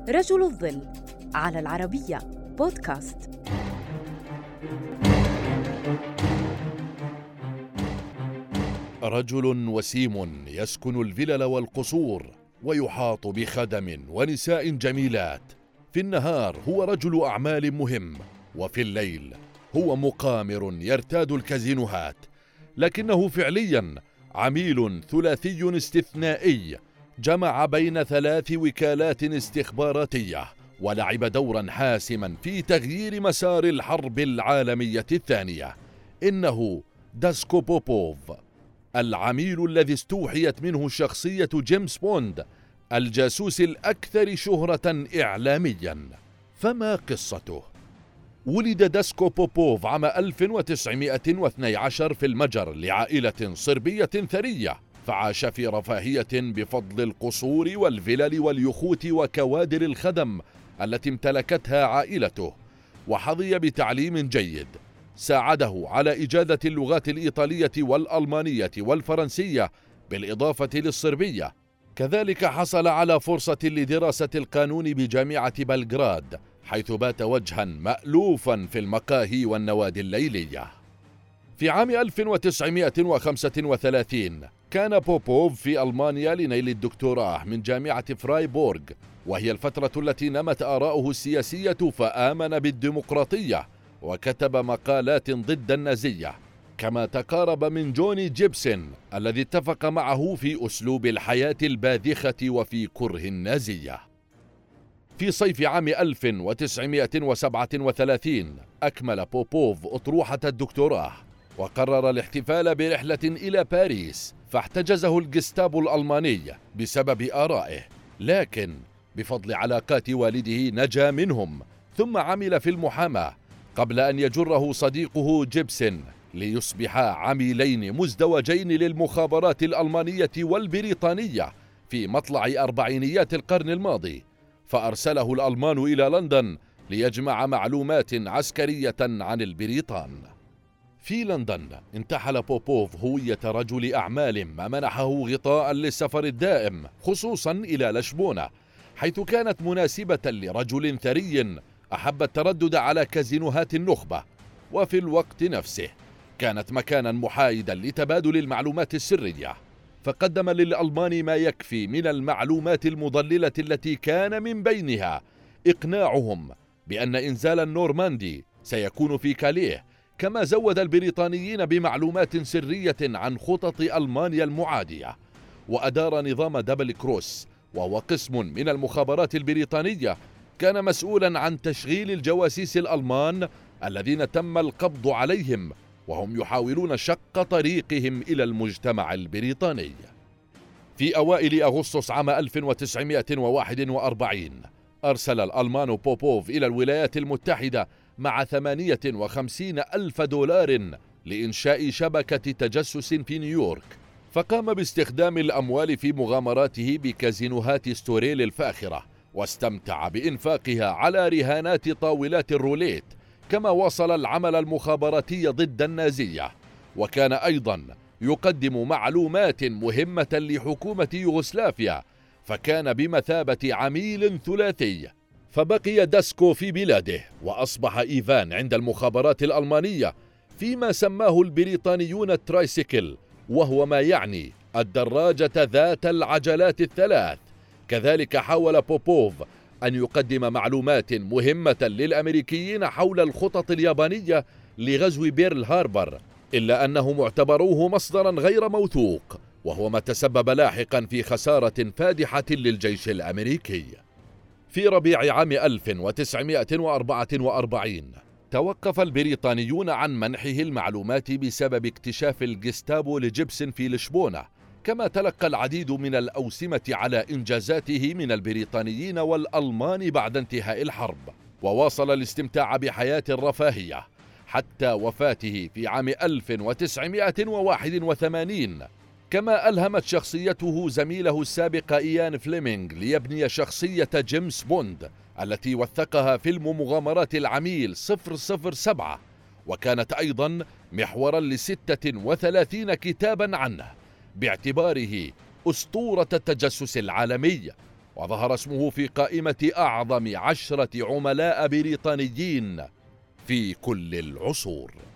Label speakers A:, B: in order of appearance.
A: رجل الظل على العربية بودكاست.
B: رجل وسيم يسكن الفلل والقصور ويحاط بخدم ونساء جميلات. في النهار هو رجل أعمال مهم، وفي الليل هو مقامر يرتاد الكازينوهات، لكنه فعليا عميل ثلاثي استثنائي جمع بين 3 وكالات استخباراتية ولعب دورا حاسما في تغيير مسار الحرب العالمية الثانية. إنه داسكو بوبوف، العميل الذي استوحيت منه شخصية جيمس بوند، الجاسوس الأكثر شهرة إعلاميا. فما قصته؟ ولد داسكو بوبوف عام 1912 في المجر لعائلة صربية ثرية، فعاش في رفاهية بفضل القصور والفلل واليخوت وكوادر الخدم التي امتلكتها عائلته، وحظي بتعليم جيد ساعده على إجادة اللغات الإيطالية والألمانية والفرنسية بالإضافة للصربية. كذلك حصل على فرصة لدراسة القانون بجامعة بلغراد، حيث بات وجها مألوفا في المقاهي والنوادي الليلية. في عام 1935 كان بوبوف في ألمانيا لنيل الدكتوراه من جامعة فرايبورغ، وهي الفترة التي نمت آراؤه السياسية فآمن بالديمقراطية وكتب مقالات ضد النازية، كما تقارب من جوني جيبسون الذي اتفق معه في أسلوب الحياة الباذخة وفي كره النازية. في صيف عام 1937 أكمل بوبوف أطروحة الدكتوراه وقرر الاحتفال برحلة إلى باريس، فاحتجزه الجستابو الألماني بسبب آرائه، لكن بفضل علاقات والده نجا منهم، ثم عمل في المحاماة قبل أن يجره صديقه جيبسون ليصبحا عميلين مزدوجين للمخابرات الألمانية والبريطانية في مطلع أربعينيات القرن الماضي، فأرسله الألمان إلى لندن ليجمع معلومات عسكرية عن البريطان. في لندن انتحل بوبوف هوية رجل أعمال ما منحه غطاء للسفر الدائم، خصوصا إلى لشبونة، حيث كانت مناسبة لرجل ثري أحب التردد على كازينوهات النخبة، وفي الوقت نفسه كانت مكانا محايدا لتبادل المعلومات السرية، فقدم للألمان ما يكفي من المعلومات المضللة التي كان من بينها إقناعهم بأن إنزال النورماندي سيكون في كاليه، كما زود البريطانيين بمعلومات سرية عن خطط ألمانيا المعادية. وأدار نظام دبل كروس، وهو قسم من المخابرات البريطانية كان مسؤولا عن تشغيل الجواسيس الألمان الذين تم القبض عليهم وهم يحاولون شق طريقهم إلى المجتمع البريطاني. في أوائل أغسطس عام 1941 أرسل الألمان بوبوف إلى الولايات المتحدة مع 58,000 دولار لإنشاء شبكة تجسس في نيويورك، فقام باستخدام الأموال في مغامراته بكازينوهات ستوريل الفاخرة، واستمتع بإنفاقها على رهانات طاولات الروليت، كما واصل العمل المخابراتي ضد النازية، وكان أيضا يقدم معلومات مهمة لحكومة يوغوسلافيا، فكان بمثابة عميل ثلاثي. فبقي داسكو في بلاده، وأصبح إيفان عند المخابرات الألمانية فيما سماه البريطانيون الترايسيكل، وهو ما يعني الدراجة ذات العجلات الثلاث. كذلك حاول بوبوف أن يقدم معلومات مهمة للأمريكيين حول الخطط اليابانية لغزو بيرل هاربر، إلا أنهم اعتبروه مصدرا غير موثوق، وهو ما تسبب لاحقا في خسارة فادحة للجيش الأمريكي. في ربيع عام 1944 توقف البريطانيون عن منحه المعلومات بسبب اكتشاف الجستابو لجيبسون في لشبونة، كما تلقى العديد من الأوسمة على إنجازاته من البريطانيين والألمان بعد انتهاء الحرب، وواصل الاستمتاع بحياة الرفاهية حتى وفاته في عام 1981. كما ألهمت شخصيته زميله السابق إيان فليمينغ ليبني شخصية جيمس بوند التي وثقها فيلم مغامرات العميل 007، وكانت أيضا محورا ل36 كتابا عنه باعتباره أسطورة التجسس العالمي. وظهر اسمه في قائمة أعظم 10 عملاء بريطانيين في كل العصور.